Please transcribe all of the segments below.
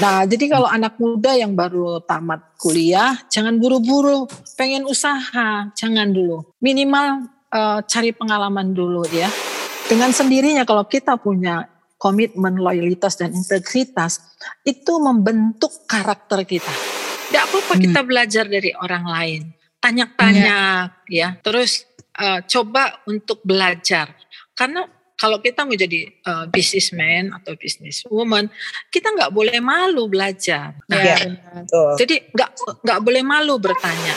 Nah, jadi kalau anak muda yang baru tamat kuliah, jangan buru-buru pengen usaha, jangan dulu. Minimal cari pengalaman dulu ya. Dengan sendirinya kalau kita punya komitmen, loyalitas, dan integritas, itu membentuk karakter kita. Tidak apa-apa kita belajar dari orang lain. Tanya-tanya ya, terus coba untuk belajar. Karena kalau kita mau jadi businessman atau businesswoman, kita nggak boleh malu belajar. Nah, jadi nggak boleh malu bertanya.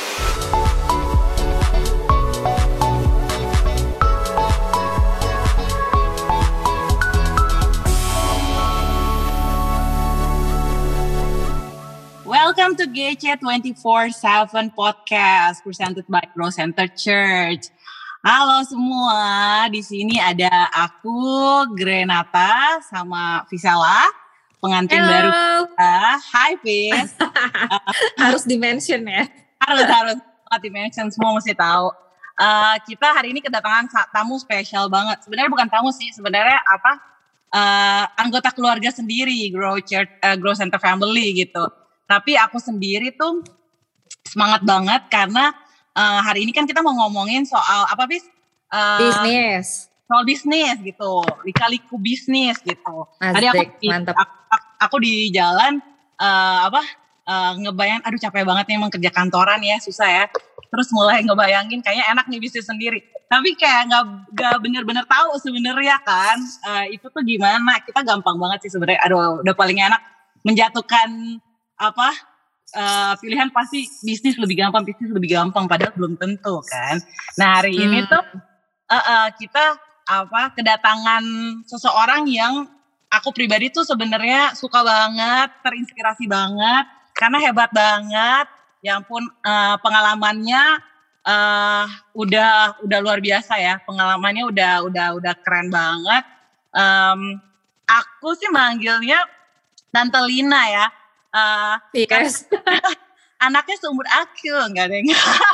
Welcome to GC 24/7 Podcast presented by Grow Center Church. Halo semua, di sini ada aku, Grenata, sama Visela, pengantin baru kita. Hai Vis. Harus di-mention ya? Harus di-mention, semua mesti tahu. Kita hari ini kedatangan tamu spesial banget. Sebenarnya bukan tamu sih, sebenarnya anggota keluarga sendiri, Grow Center Family gitu. Tapi aku sendiri tuh semangat banget karena hari ini kan kita mau ngomongin soal apa bis? Bisnis. Soal bisnis gitu, lika-liku bisnis gitu. Asik, Tadi mantap. aku di jalan ngebayang, aduh capek banget nih emang kerja kantoran ya, susah ya. Terus mulai ngebayangin kayaknya enak nih bisnis sendiri. Tapi kayak nggak bener-bener tahu sebenarnya kan itu tuh gimana. Kita gampang banget sih sebenarnya. Aduh, udah paling enak menjatuhkan pilihan pasti bisnis lebih gampang padahal belum tentu kan. Nah hari ini tuh kita kedatangan seseorang yang aku pribadi tuh sebenarnya suka banget, terinspirasi banget karena hebat banget. Ya ampun, pengalamannya udah luar biasa ya, pengalamannya udah keren banget. Aku sih manggilnya Tante Lina ya. Yes. Anaknya seumur aku, enggak deh.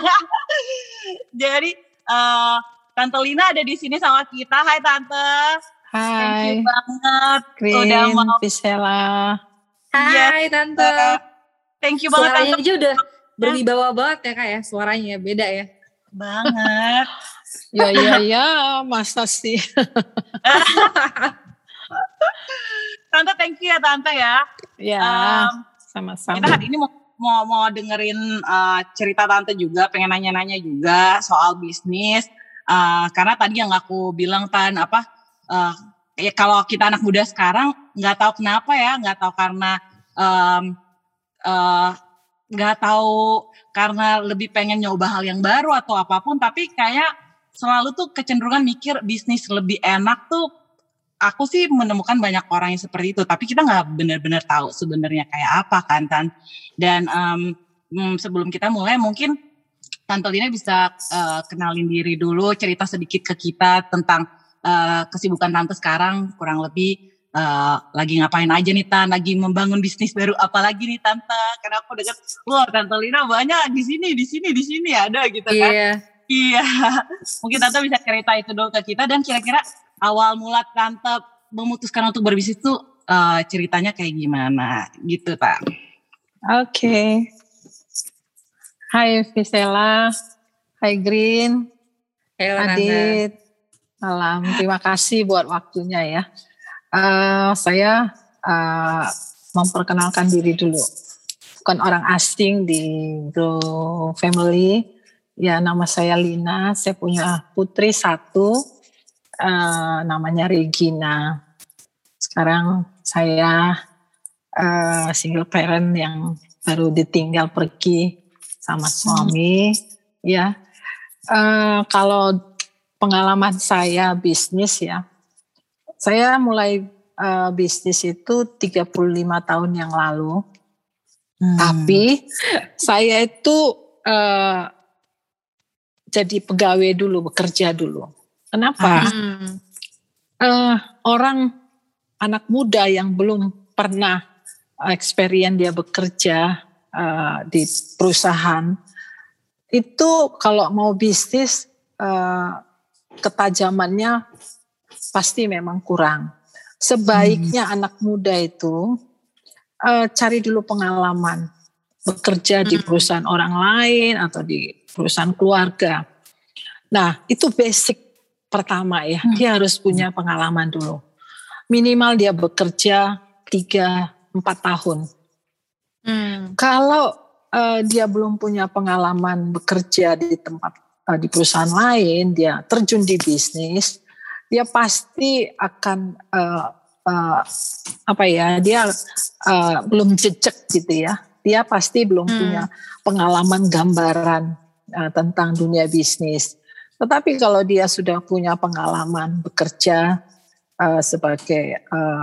Jadi Tante Lina ada di sini sama kita. Hai Tante. Hai. Thank you banget. Green, udah mau Visela. Hai Tante. Thank you banget Suaranya Tante. aja udah berwibawa banget ya Kak ya, suaranya beda ya. Banget. Ya, masa sih. Tante thank you ya Tante ya. Ya, sama-sama. Kita hari ini mau dengerin cerita Tante juga, pengen nanya-nanya juga soal bisnis. Karena tadi yang aku bilang Tan ya kalau kita anak muda sekarang nggak tahu kenapa ya, nggak tahu karena nggak tahu karena lebih pengen nyoba hal yang baru atau apapun, tapi kayak selalu tuh kecenderungan mikir bisnis lebih enak tuh. Aku sih menemukan banyak orang yang seperti itu, tapi kita nggak benar-benar tahu sebenarnya kayak apa kan Tan. Dan sebelum kita mulai mungkin Tante Lina bisa kenalin diri dulu, cerita sedikit ke kita tentang kesibukan Tante sekarang, kurang lebih lagi ngapain aja nih Tan, lagi membangun bisnis baru apa lagi nih Tante. Karena aku dengar, wah Tante Lina banyak di sini ada gitu kan. Iya. Mungkin Tante bisa cerita itu dulu ke kita, dan kira-kira awal mula Tante memutuskan untuk berbisnis tuh ceritanya kayak gimana gitu Tan. Oke. Hai Visela, hai Green, Adit, salam. Terima kasih buat waktunya ya. Saya memperkenalkan diri dulu. Bukan orang asing di Grow Family. Ya, nama saya Lina. Saya punya putri satu, namanya Regina. Sekarang saya single parent yang baru ditinggal pergi sama suami. Ya, kalau pengalaman saya bisnis ya, saya mulai bisnis itu 35 tahun yang lalu. Tapi saya itu jadi pegawai dulu, bekerja dulu. Kenapa? Orang anak muda yang belum pernah experience dia bekerja di perusahaan, itu kalau mau bisnis ketajamannya pasti memang kurang. Sebaiknya anak muda itu cari dulu pengalaman bekerja di perusahaan orang lain atau di perusahaan keluarga. Nah, itu basic pertama ya. Dia harus punya pengalaman dulu. Minimal dia bekerja 3-4 tahun. Kalau dia belum punya pengalaman bekerja di di perusahaan lain, dia terjun di bisnis, dia pasti akan dia belum jejak gitu ya. Dia pasti belum punya pengalaman gambaran tentang dunia bisnis. Tetapi kalau dia sudah punya pengalaman bekerja sebagai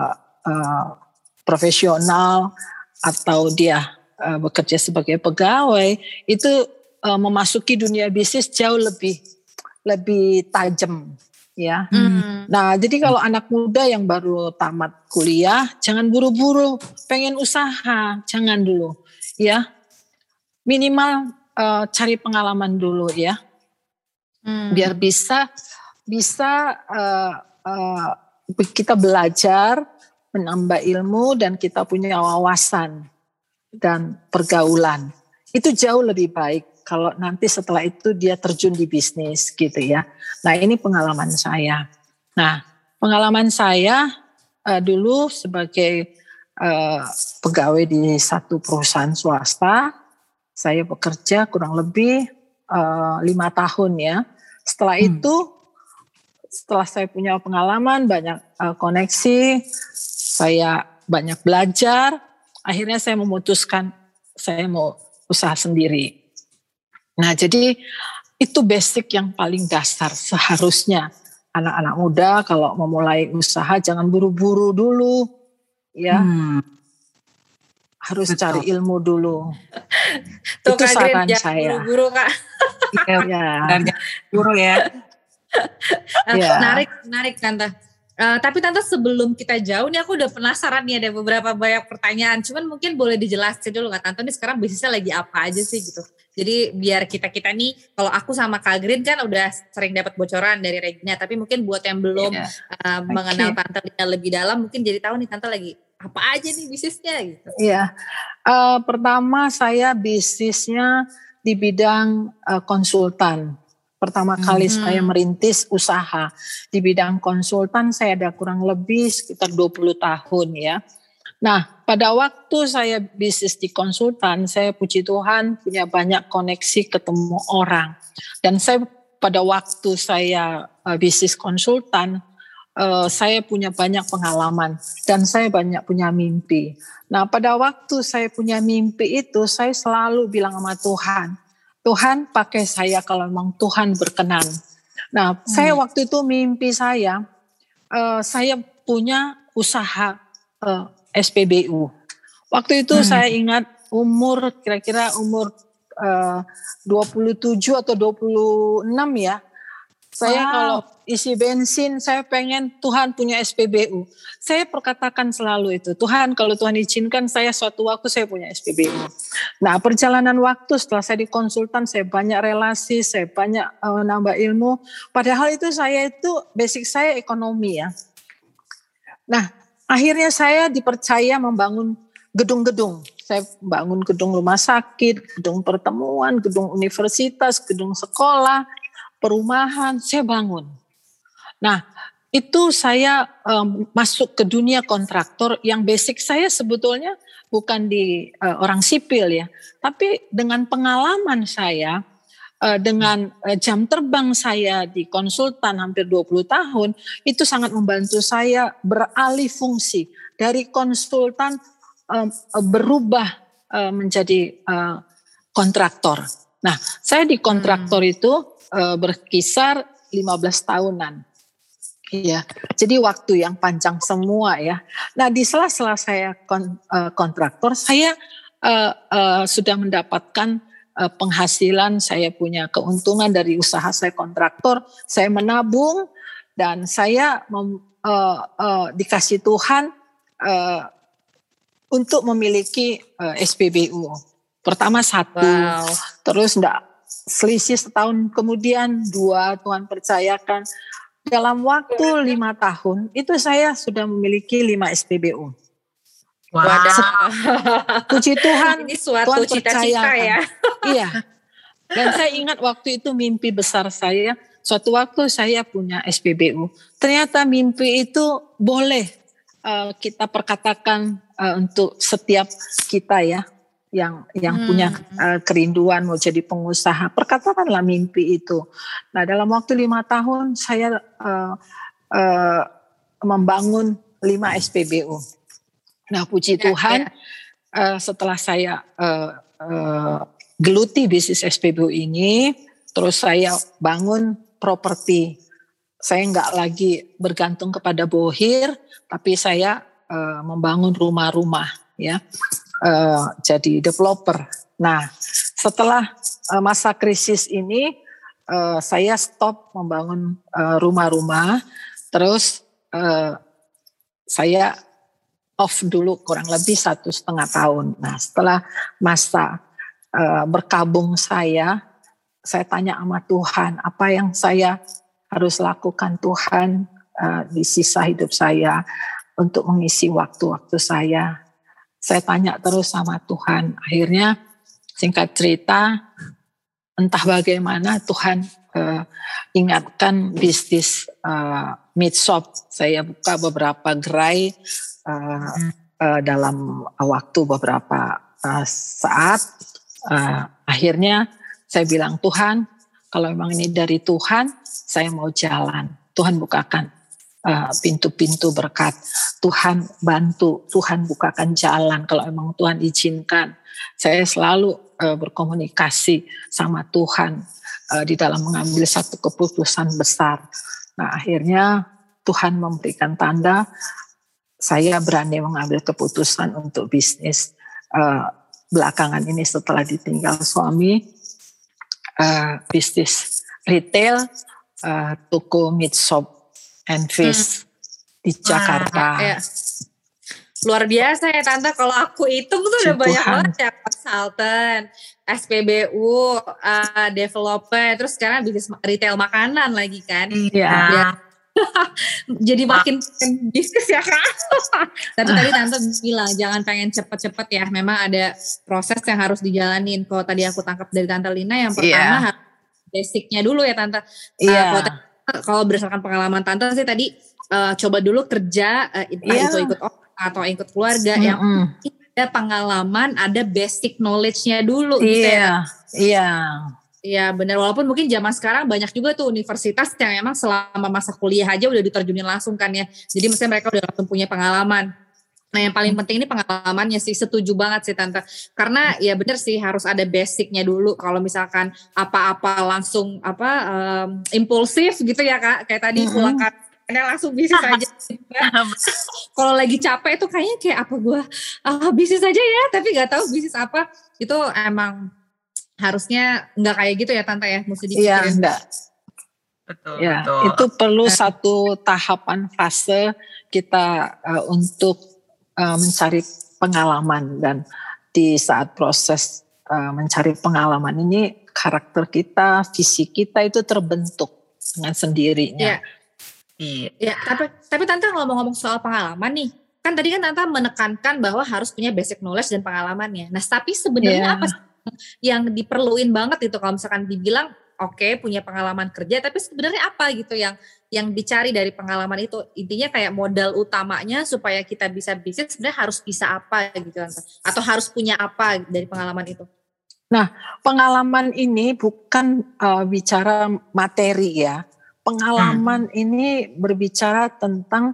profesional atau dia bekerja sebagai pegawai, itu memasuki dunia bisnis jauh lebih tajam ya. Nah, jadi kalau anak muda yang baru tamat kuliah, jangan buru-buru pengen usaha, jangan dulu ya. Minimal cari pengalaman dulu ya. Biar bisa kita belajar, menambah ilmu dan kita punya wawasan dan pergaulan. Itu jauh lebih baik kalau nanti setelah itu dia terjun di bisnis gitu ya. Nah, ini pengalaman saya. Nah, pengalaman saya dulu sebagai pegawai di satu perusahaan swasta, saya bekerja kurang lebih 5 tahun ya. Setelah itu, setelah saya punya pengalaman, banyak koneksi, saya banyak belajar, akhirnya saya memutuskan saya mau usaha sendiri. Nah, jadi itu basic yang paling dasar. Seharusnya anak-anak muda kalau memulai usaha jangan buru-buru dulu ya. Harus cari ilmu dulu. Tuh, itu Kak saran Gren, saya. Buru-buru Kak. Ya. Dan buru ya. Menarik Tante. Tapi Tante, sebelum kita jauh nih aku udah penasaran nih, ada beberapa banyak pertanyaan. Cuman mungkin boleh dijelasin dulu Kak Tante, nih sekarang bisnisnya lagi apa aja sih gitu. Jadi biar kita nih, kalau aku sama Kak Gren kan udah sering dapat bocoran dari Regina, tapi mungkin buat yang belum mengenal Tante lebih dalam, mungkin jadi tahu nih Tante lagi apa aja nih bisnisnya gitu. Iya, pertama saya bisnisnya di bidang konsultan. Pertama kali saya merintis usaha di bidang konsultan, saya ada kurang lebih sekitar 20 tahun ya. Nah, pada waktu saya bisnis di konsultan, saya puji Tuhan punya banyak koneksi, ketemu orang. Dan saya pada waktu saya bisnis konsultan, saya punya banyak pengalaman dan saya banyak punya mimpi. Nah, pada waktu saya punya mimpi itu, saya selalu bilang sama Tuhan pakai saya kalau memang Tuhan berkenan. Nah, saya waktu itu mimpi saya punya usaha SPBU. Waktu itu saya ingat kira-kira umur 27 atau 26 ya. Saya kalau isi bensin, saya pengen Tuhan punya SPBU. Saya perkatakan selalu itu, Tuhan kalau Tuhan izinkan saya suatu waktu saya punya SPBU. Nah, perjalanan waktu setelah saya di konsultan, saya banyak relasi, saya banyak nambah ilmu. Padahal itu basic saya ekonomi ya. Nah, akhirnya saya dipercaya membangun gedung-gedung. Saya bangun gedung rumah sakit, gedung pertemuan, gedung universitas, gedung sekolah, perumahan, saya bangun. Nah, itu saya masuk ke dunia kontraktor yang basic saya sebetulnya bukan di orang sipil ya. Tapi dengan pengalaman saya, dengan jam terbang saya di konsultan hampir 20 tahun, itu sangat membantu saya beralih fungsi. Dari konsultan berubah menjadi kontraktor. Nah, saya di kontraktor itu berkisar 15 tahunan. Iya, jadi waktu yang panjang semua ya. Nah, di sela-sela saya kontraktor, saya sudah mendapatkan penghasilan, saya punya keuntungan dari usaha saya kontraktor, saya menabung dan saya dikasih Tuhan untuk memiliki SPBU. Pertama 1, terus selisih setahun kemudian 2, Tuhan percayakan. Dalam waktu 5 tahun itu saya sudah memiliki 5 SPBU. Wadah. Puji Tuhan, Ini suatu Tuhan cita-cita percayakan. ya. Iya. Dan saya ingat waktu itu mimpi besar saya, suatu waktu saya punya SPBU. Ternyata mimpi itu boleh kita perkatakan untuk setiap kita ya, yang punya kerinduan mau jadi pengusaha. Perkatakanlah mimpi itu. Nah, dalam waktu 5 tahun saya membangun 5 SPBU. Nah, puji Tuhan, setelah saya geluti bisnis SPBU ini, terus saya bangun properti. Saya nggak lagi bergantung kepada bohir, tapi saya membangun rumah-rumah, ya, jadi developer. Nah, setelah masa krisis ini, saya stop membangun rumah-rumah, terus saya off dulu kurang lebih 1,5 tahun. Nah, setelah masa berkabung saya tanya sama Tuhan, apa yang saya harus lakukan Tuhan di sisa hidup saya untuk mengisi waktu-waktu saya. Saya tanya terus sama Tuhan. Akhirnya singkat cerita, entah bagaimana Tuhan ingatkan bisnis meat shop. Saya buka beberapa gerai dalam waktu beberapa saat. Akhirnya saya bilang, Tuhan, kalau memang ini dari Tuhan, saya mau jalan. Tuhan bukakan pintu-pintu berkat. Tuhan bantu, Tuhan bukakan jalan. Kalau memang Tuhan izinkan, saya selalu berkomunikasi sama Tuhan di dalam mengambil satu keputusan besar. Nah, akhirnya Tuhan memberikan tanda, saya berani mengambil keputusan untuk bisnis. Belakangan ini setelah ditinggal suami, bisnis retail, toko meat shop and fish di Jakarta. Ya. Luar biasa ya Tante, kalau aku hitung tuh udah banyak banget ya, konsultan, SPBU, developer, terus sekarang bisnis retail makanan lagi kan. Iya. Jadi makin bisnis ya Kak. Tapi tadi Tante bilang jangan pengen cepet-cepet ya, memang ada proses yang harus dijalanin. Kalau tadi aku tangkap dari Tante Lina, yang pertama harus basicnya dulu ya Tante. Kalau berdasarkan pengalaman Tante sih tadi, coba dulu kerja, entah itu ikut orang atau ikut keluarga, yang ada pengalaman, ada basic knowledge-nya dulu gitu ya. Iya benar, walaupun mungkin zaman sekarang banyak juga tuh universitas yang emang selama masa kuliah aja udah diterjunin langsung kan ya. Jadi mestinya mereka udah langsung punya pengalaman. Nah yang paling penting ini pengalamannya sih, setuju banget sih Tante. Karena ya benar sih harus ada basicnya dulu. Kalau misalkan apa-apa langsung impulsif gitu ya Kak. Kayak tadi pulang langsung bisnis aja. Kalau lagi capek itu kayaknya kayak apa gue bisnis aja ya, tapi nggak tahu bisnis apa. Itu emang harusnya nggak kayak gitu ya Tante ya, mesti dipikirin. Iya enggak. Betul. Itu perlu satu tahapan fase kita untuk mencari pengalaman, dan di saat proses mencari pengalaman ini karakter kita, visi kita itu terbentuk dengan sendirinya. Iya, tapi Tante ngomong-ngomong soal pengalaman nih, kan tadi kan Tante menekankan bahwa harus punya basic knowledge dan pengalamannya. Nah, tapi sebenarnya apa yang diperluin banget itu kalau misalkan dibilang oke, punya pengalaman kerja, tapi sebenarnya apa gitu yang dicari dari pengalaman itu? Intinya kayak modal utamanya supaya kita bisa bisnis sebenarnya harus bisa apa gitu Tante, atau harus punya apa dari pengalaman itu? Nah, pengalaman ini bukan bicara materi ya. Pengalaman ini berbicara tentang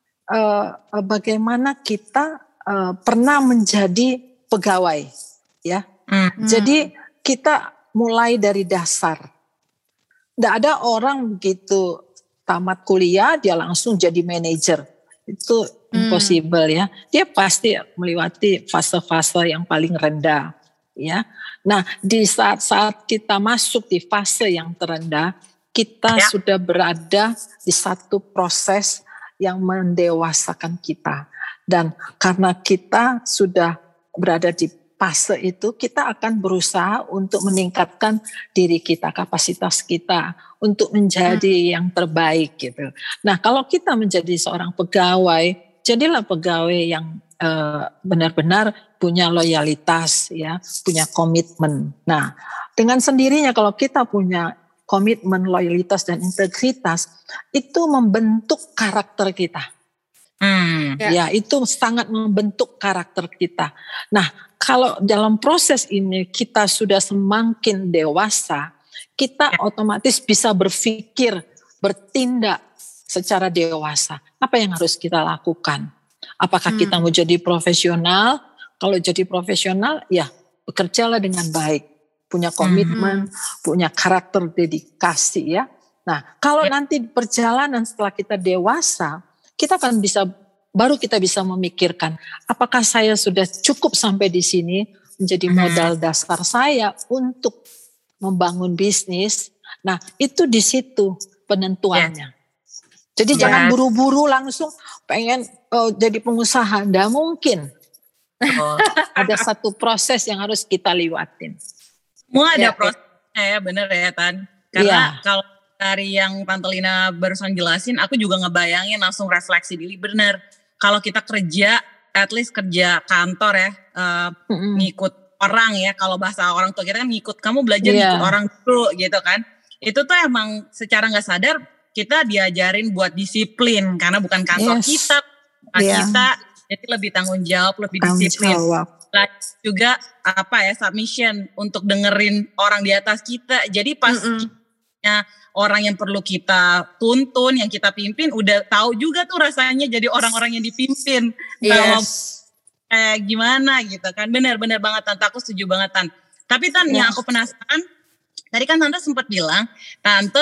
bagaimana kita pernah menjadi pegawai, ya. Jadi kita mulai dari dasar. Tidak ada orang begitu tamat kuliah dia langsung jadi manajer. Itu impossible ya. Dia pasti melewati fase-fase yang paling rendah, ya. Nah, di saat-saat kita masuk di fase yang terendah, kita sudah berada di satu proses yang mendewasakan kita. Dan karena kita sudah berada di fase itu, kita akan berusaha untuk meningkatkan diri kita, kapasitas kita untuk menjadi yang terbaik gitu. Nah, kalau kita menjadi seorang pegawai, jadilah pegawai yang benar-benar punya loyalitas ya, punya komitmen. Nah, dengan sendirinya kalau kita punya komitmen, loyalitas dan integritas, itu membentuk karakter kita. Ya, itu sangat membentuk karakter kita. Nah, kalau dalam proses ini kita sudah semakin dewasa, kita otomatis bisa berpikir, bertindak secara dewasa. Apa yang harus kita lakukan? Apakah kita mau jadi profesional? Kalau jadi profesional, ya bekerjalah dengan baik. Punya komitmen, punya karakter dedikasi ya. Nah, kalau nanti perjalanan setelah kita dewasa, kita akan baru kita bisa memikirkan, apakah saya sudah cukup sampai di sini menjadi modal dasar saya untuk membangun bisnis. Nah, itu di situ penentuannya. Jadi jangan buru-buru langsung pengen jadi pengusaha, nggak mungkin. Ada satu proses yang harus kita lewatin. Semua ada prosesnya ya, bener ya Tan. Karena kalau dari yang Tante Lina barusan jelasin, aku juga ngebayangin langsung refleksi diri, bener. Kalau kita kerja, at least kerja kantor ya, ngikut orang ya, kalau bahasa orang tua kita kan ngikut, kamu belajar ngikut orang dulu gitu kan. Itu tuh emang secara gak sadar kita diajarin buat disiplin, karena bukan kantor kita, jadi lebih tanggung jawab, lebih disiplin. Juga submission untuk dengerin orang di atas kita. Jadi pas orang yang perlu kita tuntun, yang kita pimpin, udah tahu juga tuh rasanya jadi orang-orang yang dipimpin. Kalau kayak gimana gitu kan. Benar-benar banget Tante, aku setuju banget Tan. Tapi Tan, yang aku penasaran, tadi kan Tante sempat bilang, Tante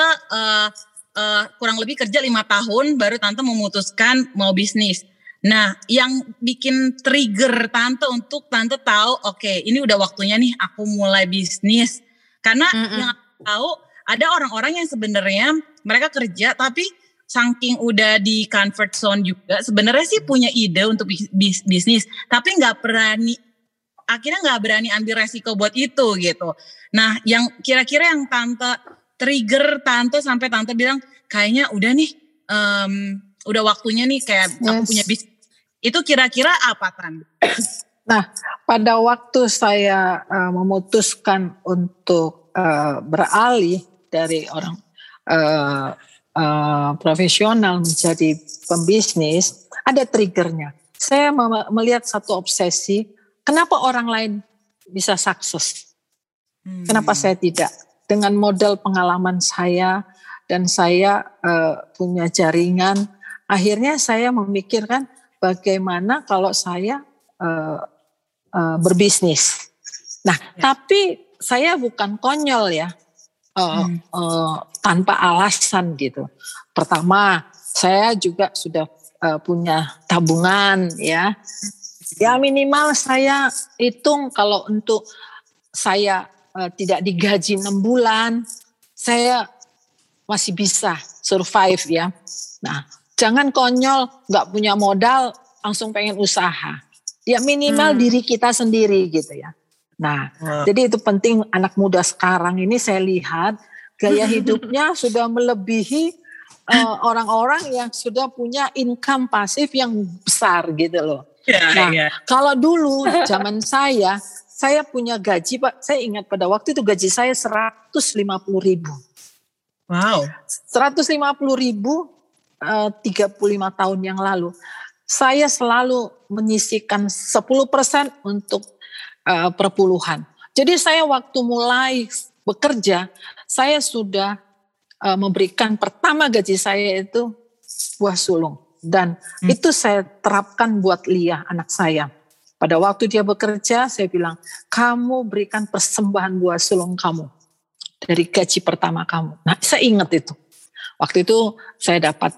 kurang lebih kerja 5 tahun baru Tante memutuskan mau bisnis. Nah, yang bikin trigger Tante untuk Tante tahu, oke, ini udah waktunya nih aku mulai bisnis. Karena yang aku tahu, ada orang-orang yang sebenarnya mereka kerja tapi saking udah di comfort zone juga, sebenarnya sih punya ide untuk bisnis, tapi akhirnya nggak berani ambil resiko buat itu gitu. Nah, yang kira-kira yang Tante trigger Tante sampai Tante bilang kayaknya udah nih, udah waktunya nih kayak aku punya bisnis. Itu kira-kira apa Tan? Nah, pada waktu saya memutuskan untuk beralih dari orang profesional menjadi pembisnis, ada triggernya. Saya melihat satu obsesi, kenapa orang lain bisa sukses? Kenapa saya tidak? Dengan modal pengalaman saya dan saya punya jaringan, akhirnya saya memikirkan bagaimana kalau saya berbisnis. Nah, tapi saya bukan konyol ya, tanpa alasan gitu. Pertama, saya juga sudah punya tabungan ya. Ya minimal saya hitung kalau untuk saya tidak digaji 6 bulan, saya masih bisa survive ya. Nah, jangan konyol, nggak punya modal, langsung pengen usaha. Ya minimal diri kita sendiri gitu ya. Nah, jadi itu penting anak muda sekarang ini saya lihat gaya hidupnya sudah melebihi orang-orang yang sudah punya income pasif yang besar gitu loh. Kalau dulu zaman saya punya gaji Pak, saya ingat pada waktu itu gaji saya 150.000. Wow. 150.000 35 tahun yang lalu. Saya selalu menyisihkan 10% untuk perpuluhan. Jadi saya waktu mulai bekerja, saya sudah memberikan pertama gaji saya itu buah sulung. Dan itu saya terapkan buat Lia, anak saya. Pada waktu dia bekerja, saya bilang, kamu berikan persembahan buah sulung kamu dari gaji pertama kamu. Nah, saya ingat itu. Waktu itu saya dapat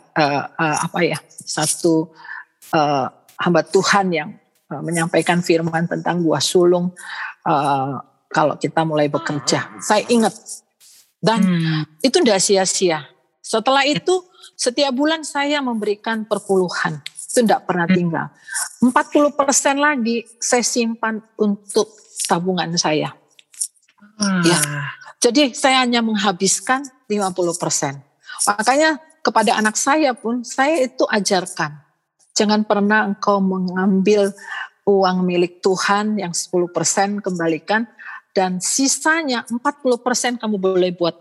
satu hamba Tuhan yang menyampaikan firman tentang buah sulung kalau kita mulai bekerja. Saya ingat. Dan itu tidak sia-sia. Setelah itu setiap bulan saya memberikan perpuluhan. Itu tidak pernah tinggal. 40% lagi saya simpan untuk tabungan saya. Ya. Jadi saya hanya menghabiskan 50%. Makanya kepada anak saya pun saya itu ajarkan. Jangan pernah engkau mengambil uang milik Tuhan yang 10% kembalikan, dan sisanya 40% kamu boleh buat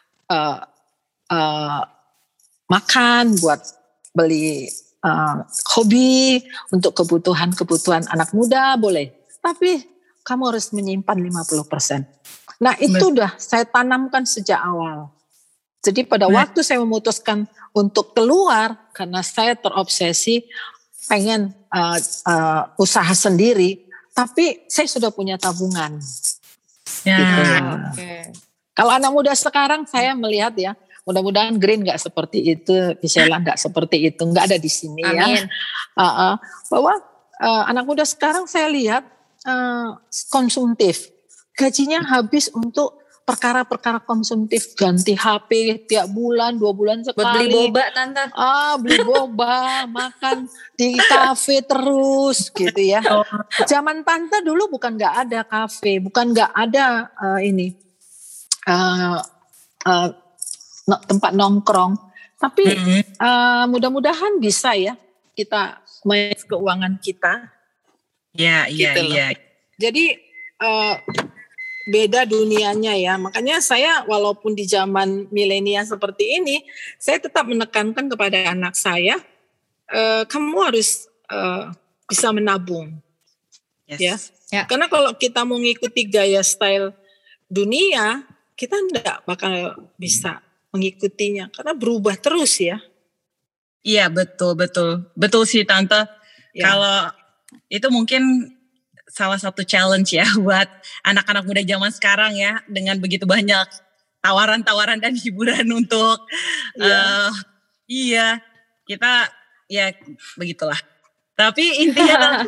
makan, buat beli hobi, untuk kebutuhan anak muda boleh. Tapi kamu harus menyimpan 50%. Nah itu udah saya tanamkan sejak awal. Jadi pada waktu saya memutuskan untuk keluar, karena saya terobsesi pengen usaha sendiri, tapi saya sudah punya tabungan. Ya. Gitu. Okay. Kalau anak muda sekarang saya melihat ya, mudah-mudahan Green nggak seperti itu, Gisela nggak seperti itu, nggak ada di sini. Amin. Ya. Bahwa anak muda sekarang saya lihat konsumtif, gajinya habis untuk perkara-perkara konsumtif, ganti HP tiap bulan, 2 bulan sekali. Buat beli boba Tante. Beli boba, makan di kafe terus gitu ya. Zaman Tante dulu bukan nggak ada kafe, bukan nggak ada tempat nongkrong. Tapi mudah-mudahan bisa ya kita manage keuangan kita. Iya, gitu iya. Jadi beda dunianya ya. Makanya saya walaupun di zaman milenial seperti ini, saya tetap menekankan kepada anak saya, kamu harus bisa menabung. Yes. Ya. Karena kalau kita mau ngikuti gaya style dunia, kita enggak bakal bisa mengikutinya karena berubah terus ya. Iya, betul sih Tante. Ya. Kalau itu mungkin salah satu challenge ya buat anak-anak muda zaman sekarang ya, dengan begitu banyak tawaran-tawaran dan hiburan untuk kita ya begitulah. Tapi intinya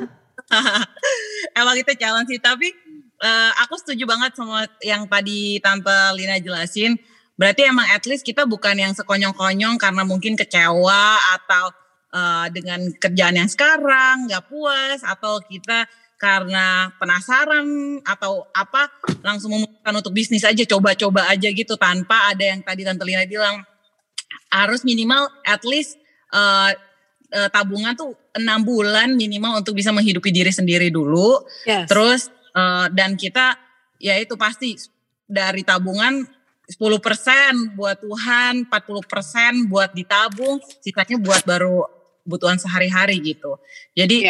emang itu challenge sih. Tapi aku setuju banget sama yang tadi Tante Lina jelasin. Berarti emang at least kita bukan yang sekonyong-konyong karena mungkin kecewa atau dengan kerjaan yang sekarang gak puas, atau kita karena penasaran atau apa langsung memutuskan untuk bisnis aja, coba-coba aja gitu, tanpa ada yang tadi Tante Lina bilang harus minimal at least tabungan tuh 6 bulan minimal untuk bisa menghidupi diri sendiri dulu. Yes. Terus dan kita ya itu pasti dari tabungan 10% buat Tuhan, 40% buat ditabung, sisanya buat baru kebutuhan sehari-hari gitu. Jadi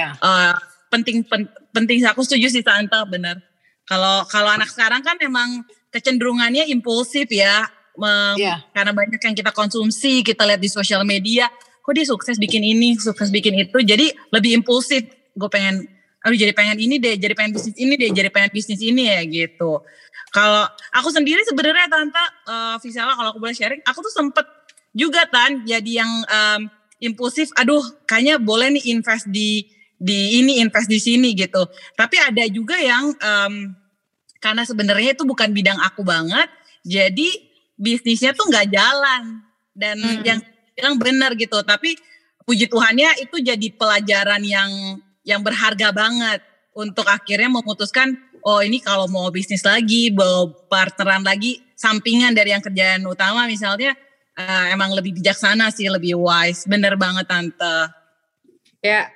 penting aku setuju sih Tante, benar. Kalau anak sekarang kan emang kecenderungannya impulsif ya, karena banyak yang kita konsumsi, kita lihat di sosial media, kok dia sukses bikin ini, sukses bikin itu, jadi lebih impulsif. Gue pengen, jadi pengen ini deh, jadi pengen bisnis ini deh, jadi pengen bisnis ini ya gitu. Kalau aku sendiri sebenarnya Tante, Visela, kalau aku boleh sharing, aku tuh sempet juga jadi yang impulsif, aduh kayaknya boleh nih invest di ini, invest di sini gitu. Tapi ada juga yang karena sebenarnya itu bukan bidang aku banget, jadi bisnisnya tuh nggak jalan. Dan yang bilang benar gitu. Tapi puji Tuhannya itu jadi pelajaran yang berharga banget untuk akhirnya memutuskan, oh ini kalau mau bisnis lagi, mau partneran lagi, sampingan dari yang kerjaan utama misalnya, emang lebih bijaksana sih, lebih wise. Bener banget Tante. Ya.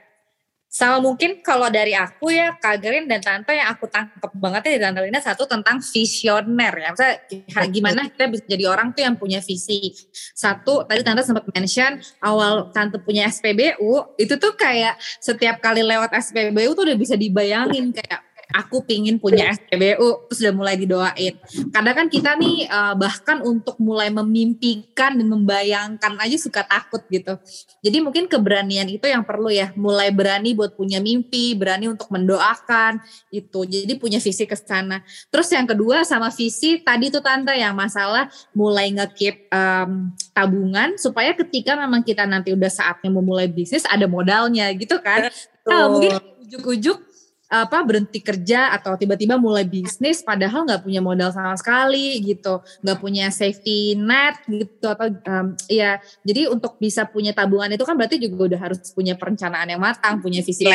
Sama mungkin kalau dari aku ya, Kak Green dan Tante, yang aku tangkep banget ya di Tante Lina, satu tentang visioner ya. Misalnya gimana kita bisa jadi orang tuh yang punya visi. Satu, tadi Tante sempat mention awal Tante punya SPBU, itu tuh kayak setiap kali lewat SPBU tuh udah bisa dibayangin kayak aku pingin punya SPBU, terus udah mulai didoain. Kadang kan kita nih bahkan untuk mulai memimpikan dan membayangkan aja suka takut gitu. Jadi mungkin keberanian itu yang perlu ya, mulai berani buat punya mimpi, berani untuk mendoakan itu. Jadi punya visi ke sana. Terus yang kedua sama visi tadi tuh Tante, yang masalah mulai nge-keep tabungan supaya ketika memang kita nanti udah saatnya memulai bisnis ada modalnya gitu kan. Mungkin ujuk-ujuk berhenti kerja atau tiba-tiba mulai bisnis padahal nggak punya modal sama sekali gitu, nggak punya safety net gitu, atau jadi untuk bisa punya tabungan itu kan berarti juga udah harus punya perencanaan yang matang, punya visi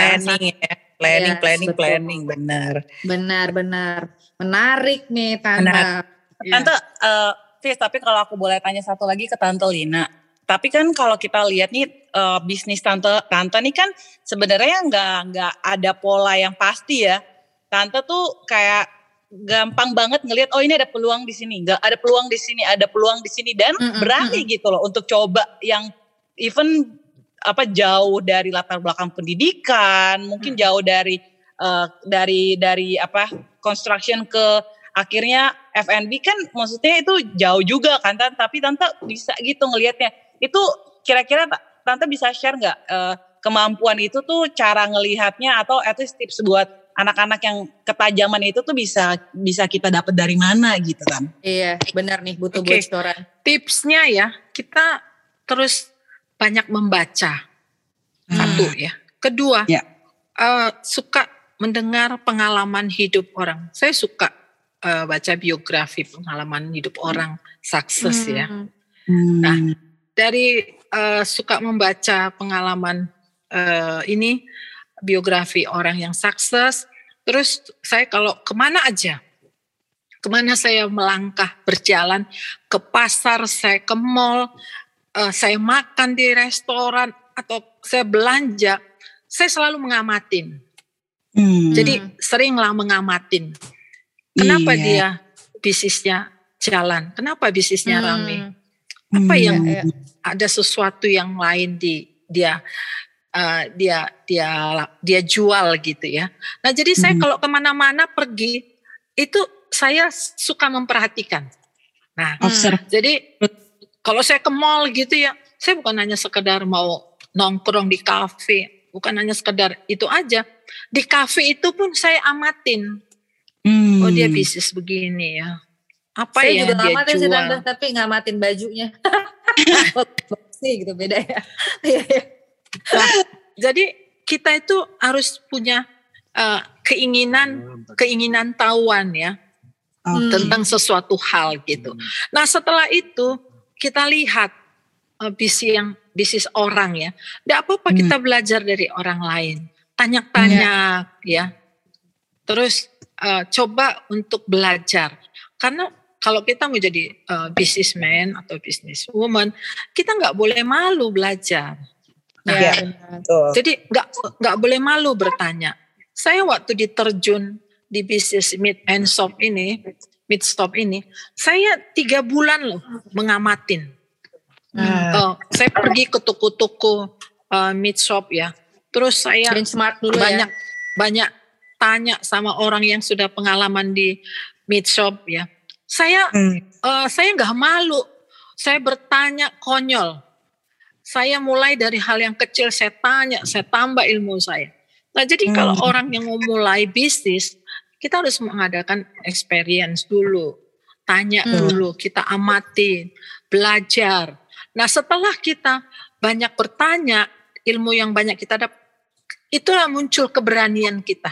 planning, benar menarik nih Tante. Tante, Fis, tapi kalau aku boleh tanya satu lagi ke Tante Lina, Tapi kan kalau kita lihat nih bisnis tante nih kan sebenarnya nggak ada pola yang pasti ya. Tante tuh kayak gampang banget ngelihat ini ada peluang di sini, nggak ada peluang di sini, ada peluang di sini dan berani gitu loh untuk coba yang even jauh dari latar belakang pendidikan, mungkin jauh dari construction ke akhirnya F&B kan maksudnya itu jauh juga kan, tapi Tante bisa gitu ngelihatnya. Itu kira-kira Tante bisa share nggak kemampuan itu tuh cara ngelihatnya atau at least tips buat anak-anak yang ketajaman itu tuh bisa kita dapat dari mana gitu kan? Iya, benar nih butuh bocoran. Tipsnya ya, kita terus banyak membaca. Satu ya. Kedua, suka mendengar pengalaman hidup orang. Saya suka baca biografi pengalaman hidup orang sukses ya. Nah, dari suka membaca pengalaman ini biografi orang yang sukses, terus saya kalau kemana saya melangkah berjalan ke pasar, saya ke mall, saya makan di restoran atau saya belanja, saya selalu mengamatin. Jadi seringlah mengamatin. Kenapa dia bisnisnya jalan? Kenapa bisnisnya rame? Apa yang ada sesuatu yang lain dia jual gitu ya. Nah jadi saya kalau kemana-mana pergi itu saya suka memperhatikan. Nah jadi kalau saya ke mall gitu ya, saya bukan hanya sekedar mau nongkrong di kafe, bukan hanya sekedar itu aja. Di kafe itu pun saya amatin. Oh dia bisnis begini ya. Apa saya yang juga dia ngamatin jual? Sih Tante, tapi ngamatin bajunya. Sih gitu beda ya. Nah, jadi kita itu harus punya keinginan tahuan ya tentang sesuatu hal gitu. Nah setelah itu kita lihat bisnis orang ya. Tidak apa-apa kita belajar dari orang lain, tanya-tanya ya. Terus coba untuk belajar karena kalau kita mau jadi businessman atau businesswoman, kita nggak boleh malu belajar. Nah, jadi nggak boleh malu bertanya. Saya waktu diterjun di bisnis meat stop ini, saya 3 bulan loh mengamatin. Saya pergi ke toko-toko meat shop ya. Terus saya benchmark dulu banyak tanya sama orang yang sudah pengalaman di meat shop ya. Saya nggak malu. Saya bertanya konyol. Saya mulai dari hal yang kecil, saya tanya, saya tambah ilmu saya. Nah jadi kalau orang yang mau mulai bisnis, kita harus mengadakan experience dulu. Tanya dulu, kita amatin, belajar. Nah setelah kita banyak bertanya, ilmu yang banyak kita dapat, itulah muncul keberanian kita.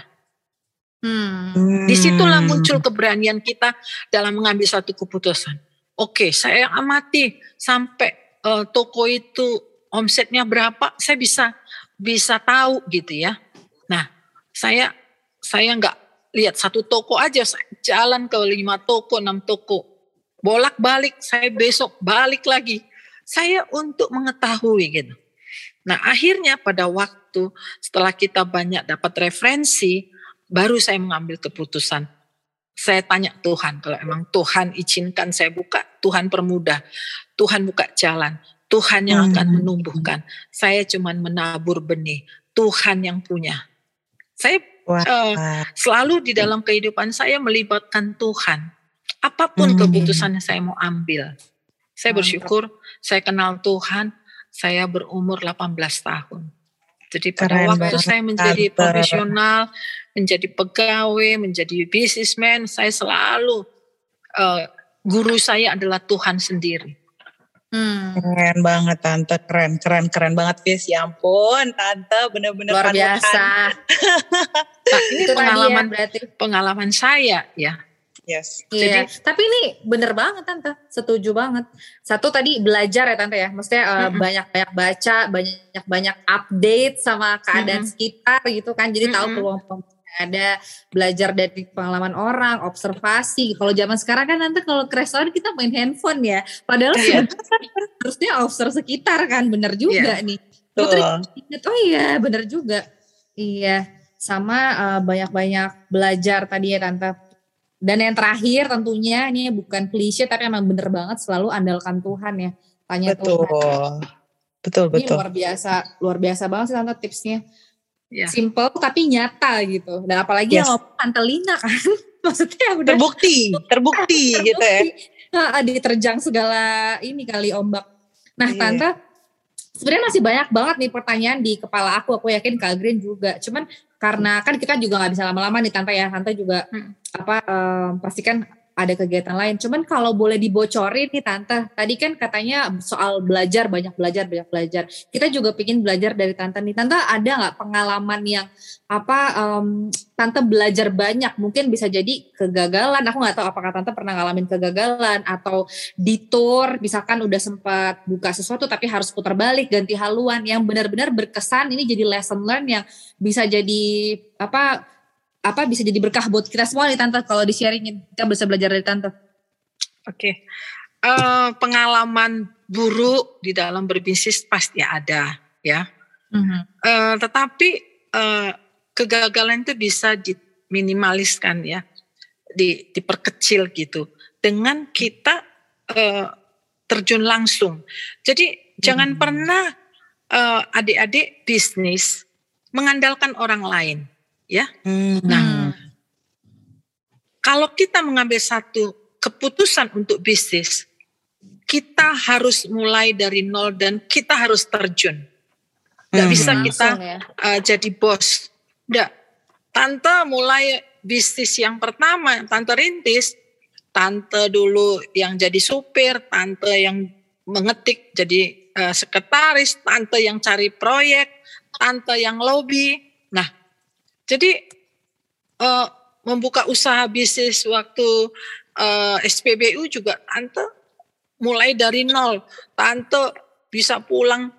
Disitulah muncul keberanian kita dalam mengambil satu keputusan. Oke, saya amati sampai toko itu omsetnya berapa, saya bisa tahu gitu ya. Nah, saya nggak lihat satu toko aja, saya jalan ke 5 toko, 6 toko, bolak-balik, saya besok balik lagi. Saya untuk mengetahui gitu. Nah, akhirnya pada waktu setelah kita banyak dapat referensi, baru saya mengambil keputusan. Saya tanya Tuhan, kalau emang Tuhan izinkan saya buka, Tuhan permudah, Tuhan buka jalan, Tuhan yang akan menumbuhkan. Saya cuman menabur benih, Tuhan yang punya. Saya selalu di dalam kehidupan saya melibatkan Tuhan. Apapun keputusan yang saya mau ambil. Saya bersyukur, saya kenal Tuhan, saya berumur 18 tahun. Jadi pada waktu saya menjadi profesional, menjadi pegawai, menjadi businessman, saya selalu guru saya adalah Tuhan sendiri. Keren banget Tante, keren banget Fis. Ya ampun Tante, bener-bener luar biasa. Nah, ini pengalaman saya ya. Yes. Iya. Jadi, tapi ini bener banget Tante, setuju banget. Satu tadi belajar ya Tante ya, maksudnya banyak-banyak baca, banyak-banyak update sama keadaan sekitar gitu kan, jadi tahu peluang-peluang ada belajar dari pengalaman orang, observasi. Kalau zaman sekarang kan nanti kalau ke restoran kita main handphone ya. Padahal sebenarnya kan harusnya observe sekitar kan, bener juga nih. Putri ingat, oh iya bener juga. Iya, sama banyak-banyak belajar tadi ya Tante. Dan yang terakhir tentunya ini bukan klise tapi emang bener banget, selalu andalkan Tuhan ya. Tanya Tuhan. Betul. Ini luar biasa banget sih Tante tipsnya. Ya. Simple tapi nyata gitu. Dan apalagi yang ngomong Tante Lina kan. Maksudnya udah terbukti gitu ya. Diterjang segala ini kali ombak. Nah Tante, sebenarnya masih banyak banget nih pertanyaan di kepala aku yakin Kak Green juga. Cuman karena kan kita juga gak bisa lama-lama nih Tante ya. Tante juga pasti kan ada kegiatan lain. Cuman kalau boleh dibocorin nih Tante, tadi kan katanya soal banyak belajar. Kita juga pingin belajar dari Tante nih. Tante ada gak pengalaman yang Tante belajar banyak, mungkin bisa jadi kegagalan. Aku gak tahu apakah Tante pernah ngalamin kegagalan atau di tour misalkan udah sempat buka sesuatu tapi harus putar balik, ganti haluan yang benar-benar berkesan. Ini jadi lesson learn yang bisa jadi bisa jadi berkah buat kita semua nih Tante, kalau di-sharingin kita bisa belajar dari Tante. Oke. Pengalaman buruk di dalam berbisnis pasti ada ya. Tetapi kegagalan itu bisa diminimaliskan ya, diperkecil gitu dengan kita terjun langsung. Jadi jangan pernah adik-adik bisnis mengandalkan orang lain. Ya, nah, kalau kita mengambil satu keputusan untuk bisnis, kita harus mulai dari nol dan kita harus terjun. Nggak bisa kita jadi bos. Nggak. Tante mulai bisnis yang pertama, Tante rintis, Tante dulu yang jadi supir, Tante yang mengetik jadi sekretaris, Tante yang cari proyek, Tante yang lobby. Nah, jadi membuka usaha bisnis waktu SPBU juga Tante mulai dari nol. Tante bisa pulang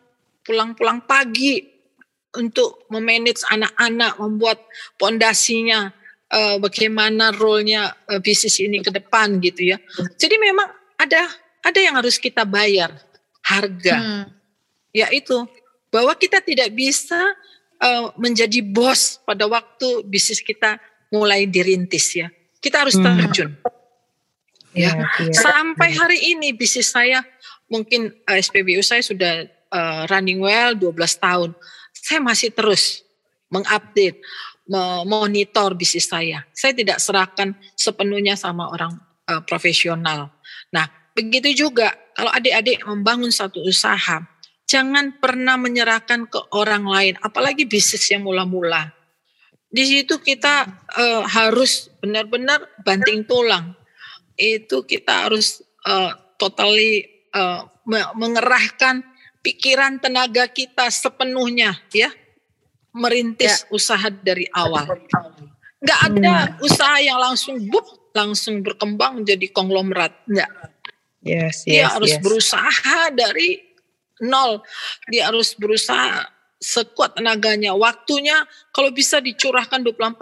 pagi untuk memanage anak-anak, membuat pondasinya, bagaimana role-nya bisnis ini ke depan gitu ya. Jadi memang ada yang harus kita bayar harga, yaitu bahwa kita tidak bisa menjadi bos pada waktu bisnis kita mulai dirintis ya. Kita harus terjun. Ya. Sampai hari ini bisnis saya mungkin SPBU saya sudah running well 12 tahun. Saya masih terus mengupdate, memonitor bisnis saya. Saya tidak serahkan sepenuhnya sama orang profesional. Nah, begitu juga kalau adik-adik membangun satu usaha, jangan pernah menyerahkan ke orang lain, apalagi bisnis yang mula-mula. Di situ kita harus benar-benar banting tulang. Itu kita harus totally mengerahkan pikiran tenaga kita sepenuhnya ya, merintis usaha dari awal. Nggak ada usaha yang langsung berkembang jadi konglomerat. Nggak. Dia harus berusaha dari nol, dia harus berusaha sekuat tenaganya, waktunya kalau bisa dicurahkan 24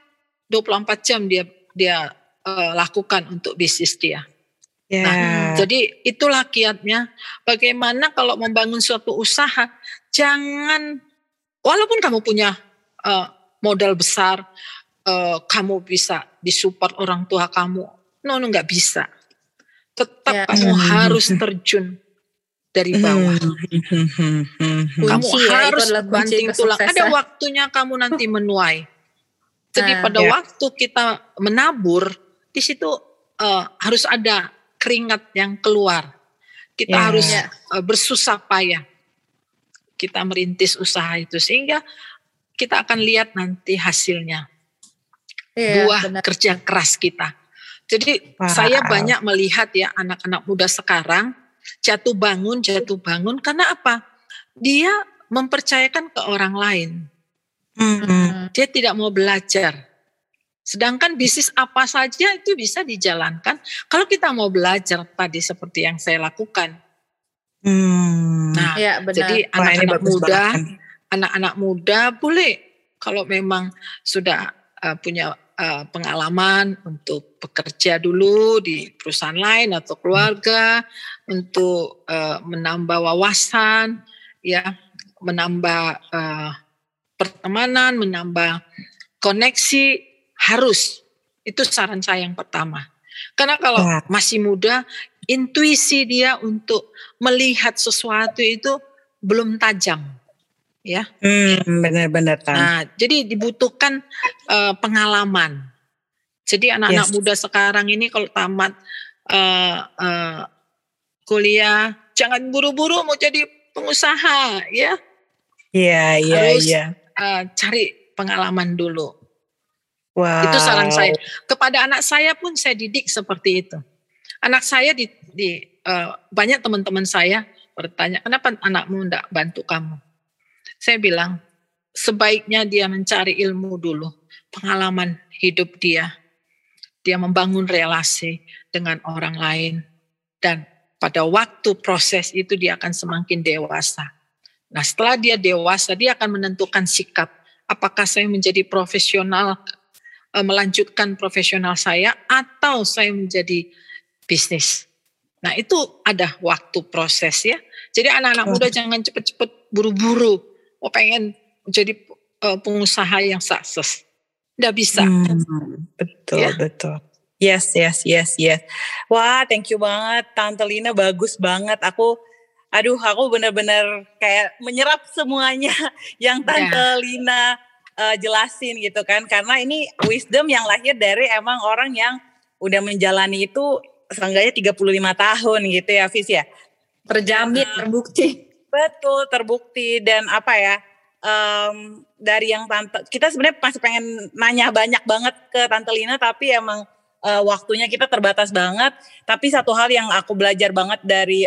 jam dia lakukan untuk bisnis dia. Nah, jadi itulah kiatnya. Bagaimana kalau membangun suatu usaha, jangan walaupun kamu punya modal besar, kamu bisa disupport orang tua kamu, nggak bisa. Tetap kamu harus terjun dari bawah. Kamu harus banting tulang. Ada waktunya kamu nanti menuai. Jadi pada waktu kita menabur, di situ harus ada keringat yang keluar. Kita harus bersusah payah. Kita merintis usaha itu sehingga kita akan lihat nanti hasilnya. Buah kerja keras kita. Jadi saya banyak melihat ya anak-anak muda sekarang jatuh bangun karena apa? Dia mempercayakan ke orang lain. Dia tidak mau belajar. Sedangkan bisnis apa saja itu bisa dijalankan kalau kita mau belajar tadi seperti yang saya lakukan. Nah, jadi anak-anak muda boleh kalau memang sudah punya pengalaman untuk bekerja dulu di perusahaan lain atau keluarga, untuk menambah wawasan, ya, menambah pertemanan, menambah koneksi, harus. Itu saran saya yang pertama. Karena kalau masih muda, intuisi dia untuk melihat sesuatu itu belum tajam, ya. Benar-benar. Nah, jadi dibutuhkan pengalaman. Jadi anak-anak muda sekarang ini kalau tamat kuliah, jangan buru-buru mau jadi pengusaha, ya. Harus cari pengalaman dulu. Wow. Itu saran saya. Kepada anak saya pun saya didik seperti itu. Anak saya banyak teman-teman saya bertanya, kenapa anakmu enggak bantu kamu? Saya bilang, sebaiknya dia mencari ilmu dulu, pengalaman hidup dia. Dia membangun relasi dengan orang lain. Dan pada waktu proses itu dia akan semakin dewasa. Nah, setelah dia dewasa, dia akan menentukan sikap. Apakah saya menjadi profesional, melanjutkan profesional saya, atau saya menjadi bisnis. Nah, itu ada waktu proses, ya. Jadi anak-anak muda jangan cepat-cepat buru-buru. Pengen menjadi pengusaha yang sukses. Nggak bisa. Betul. Yes. Wah, thank you banget Tante Lina, bagus banget. Aku benar-benar kayak menyerap semuanya yang Tante Lina jelasin gitu kan. Karena ini wisdom yang lahir dari emang orang yang udah menjalani itu seenggaknya 35 tahun gitu ya, Fis ya. Terjamin, terbukti. Betul, terbukti. Dan dari yang Tante, kita sebenarnya masih pengen nanya banyak banget ke Tante Lina, tapi emang waktunya kita terbatas banget. Tapi satu hal yang aku belajar banget dari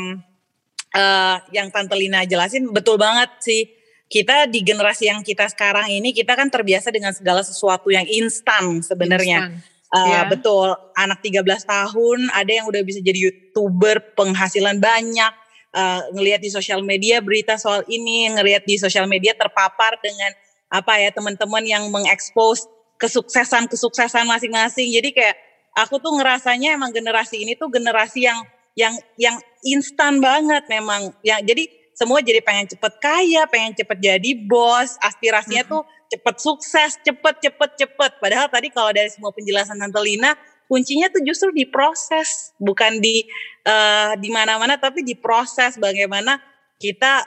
yang Tante Lina jelasin, betul banget sih. Kita di generasi yang kita sekarang ini, kita kan terbiasa dengan segala sesuatu yang instan sebenarnya. Betul, anak 13 tahun ada yang udah bisa jadi YouTuber, penghasilan banyak, ngelihat di sosial media berita soal ini, ngelihat di sosial media terpapar dengan teman-teman yang mengekspos kesuksesan masing-masing. Jadi kayak aku tuh ngerasanya emang generasi ini tuh generasi yang instan banget memang. Jadi semua jadi pengen cepet kaya, pengen cepet jadi bos, aspirasinya tuh cepet sukses, cepet. Padahal tadi kalau dari semua penjelasan Tante Lina, kuncinya tuh justru di proses, bukan di mana-mana, tapi di proses bagaimana kita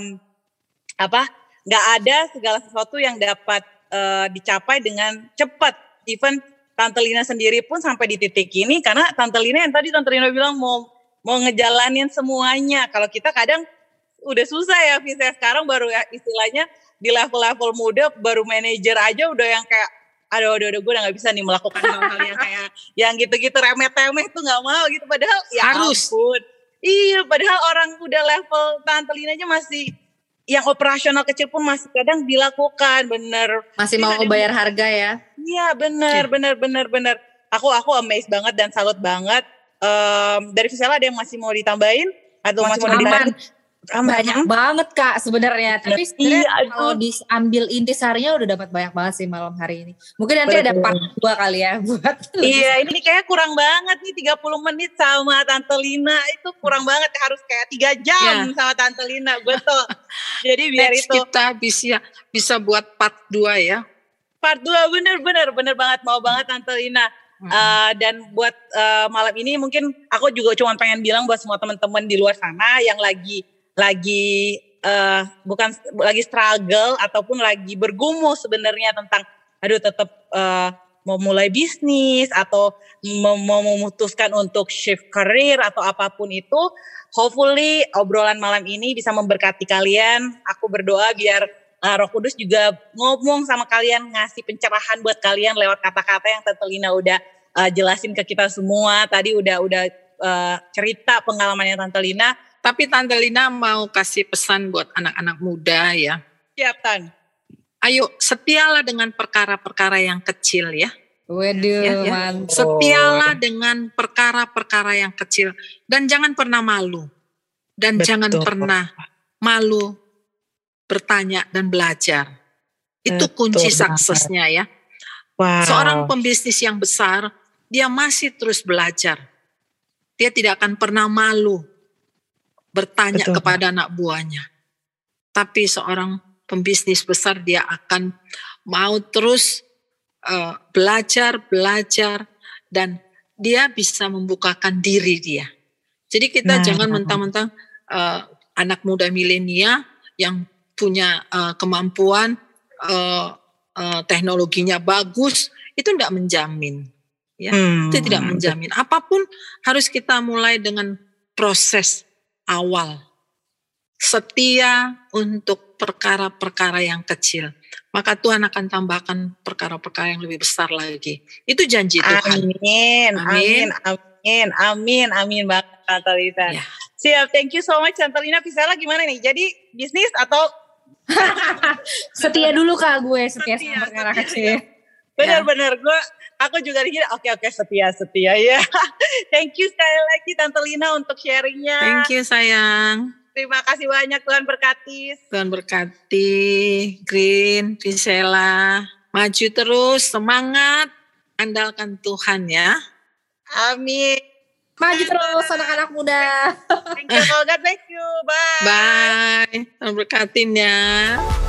nggak ada segala sesuatu yang dapat dicapai dengan cepat. Even Tante Lina sendiri pun sampai di titik ini karena Tante Lina yang tadi Tante Lina bilang mau ngejalanin semuanya. Kalau kita kadang udah susah ya, Visa sekarang baru ya istilahnya di level-level muda, baru manajer aja udah yang kayak aduh gue udah gak bisa nih melakukan hal-hal yang kayak yang gitu-gitu remeh-temeh tuh gak mau gitu. Padahal ya harus. Ampun. Iya, padahal orang udah level Tante Lina aja masih yang operasional kecil pun masih kadang dilakukan, bener. Masih mau bayar harga ya? Iya bener. Aku amazed banget dan salut banget. Dari Visela ada yang masih mau ditambahin? Atau masih mau ditambahin? Banyak banget Kak sebenarnya. Tapi sebenarnya kalau diambil intisarinya udah dapat banyak banget sih malam hari ini. Mungkin nanti ada part 2 kali ya buat. Iya, ini kayaknya kurang banget nih 30 menit sama Tante Lina. Itu kurang banget, harus kayak 3 jam sama Tante Lina. Betul. Jadi biar next itu kita bisa buat part 2 ya. Part 2 bener banget, mau banget Tante Lina. Dan buat malam ini mungkin aku juga cuma pengen bilang buat semua teman-teman di luar sana yang lagi bukan lagi struggle ataupun lagi bergumul sebenarnya tentang tetap mau mulai bisnis atau mau memutuskan untuk shift career atau apapun itu, hopefully obrolan malam ini bisa memberkati kalian. Aku berdoa biar Roh Kudus juga ngomong sama kalian, ngasih pencerahan buat kalian lewat kata-kata yang Tante Lina udah jelasin ke kita semua. Tadi udah cerita pengalamannya Tante Lina. Tapi Tante Lina mau kasih pesan buat anak-anak muda ya. Siap, Tan. Ayo setialah dengan perkara-perkara yang kecil ya. Waduh, mantap. Setialah dengan perkara-perkara yang kecil. Dan jangan pernah malu. Dan jangan pernah malu bertanya dan belajar. Itu kunci suksesnya ya. Wow. Seorang pembisnis yang besar, dia masih terus belajar. Dia tidak akan pernah malu bertanya kepada anak buahnya. Tapi seorang pembisnis besar, dia akan mau terus belajar, dan dia bisa membukakan diri dia. Jadi kita jangan mentang-mentang anak muda milenial yang punya kemampuan, teknologinya bagus, itu tidak menjamin. Ya, itu tidak menjamin. Apapun harus kita mulai dengan proses awal. Setia untuk perkara-perkara yang kecil. Maka Tuhan akan tambahkan perkara-perkara yang lebih besar lagi. Itu janji Tuhan. Amin banget Tante Lina. Ya. Siap, thank you so much Tante Lina. Priscilla gimana nih? Jadi bisnis atau? Setia dulu Kak gue, setia sama perkara kecil. Benar-benar, aku juga dikira oke setia ya. Thank you sekali lagi Tante Lina untuk sharingnya. Thank you sayang. Terima kasih banyak, Tuhan berkati. Tuhan berkati, Green, Priscilla. Maju terus, semangat, andalkan Tuhan ya. Amin. Maju terus anak-anak muda. Thank you, God bless you. Bye. Bye. Tuhan berkatin ya.